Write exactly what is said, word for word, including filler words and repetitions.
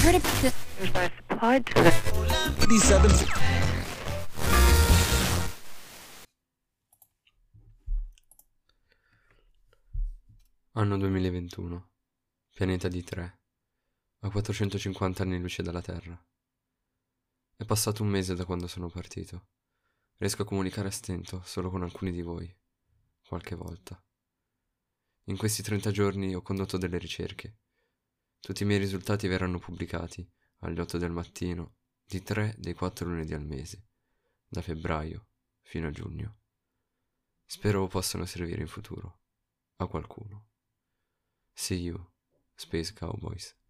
heard about this? I supplied to the eighty-seven. Anno duemilaventuno. Pianeta di tre. A quattrocentocinquanta anni luce dalla Terra. È passato un mese da quando sono partito. Riesco a comunicare a stento solo con alcuni di voi. Qualche volta. In questi trenta giorni ho condotto delle ricerche. Tutti i miei risultati verranno pubblicati alle otto del mattino di tre dei quattro lunedì al mese, da febbraio fino a giugno. Spero possano servire in futuro a qualcuno. See you, Space Cowboys.